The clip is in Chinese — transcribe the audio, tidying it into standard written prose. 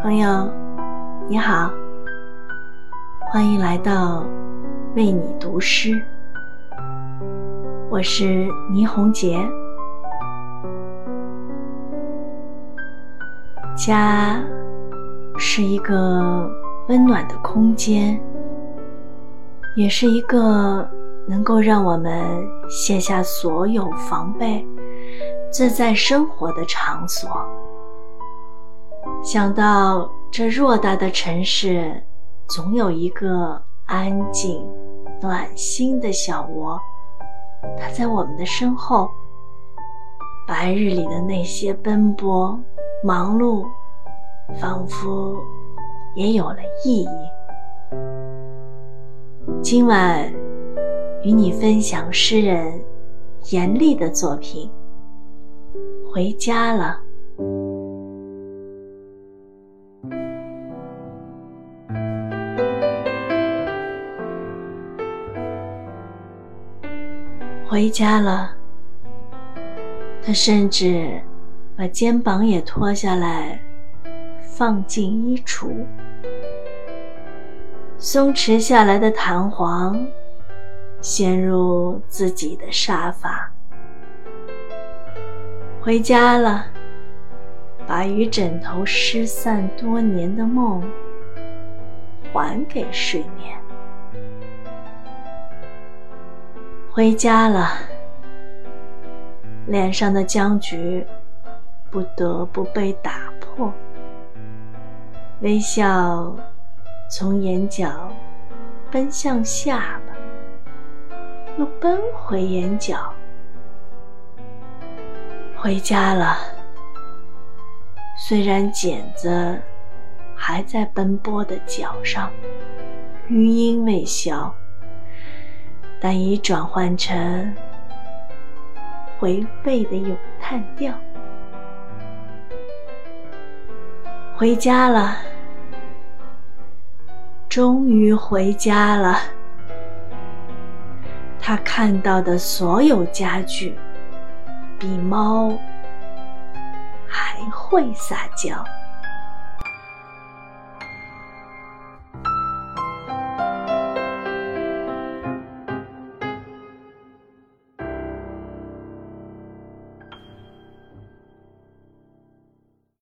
朋友你好，欢迎来到为你读诗，我是倪虹洁。家是一个温暖的空间，也是一个能够让我们卸下所有防备，自在生活的场所。想到这偌大的城市，总有一个安静暖心的小窝，它在我们的身后，白日里的那些奔波忙碌仿佛也有了意义。今晚与你分享诗人严厉的作品《回家了》。回家了，他甚至把肩膀也脱下来放进衣橱，松弛下来的弹簧陷入自己的沙发。回家了，把与枕头失散多年的梦还给睡眠。回家了，脸上的僵局不得不被打破，微笑从眼角奔向下巴，又奔回眼角。回家了，虽然茧子还在奔波的脚上，余音未消，但已转换成回味的咏叹调。回家了，终于回家了。他看到的所有家具，比猫还会撒娇。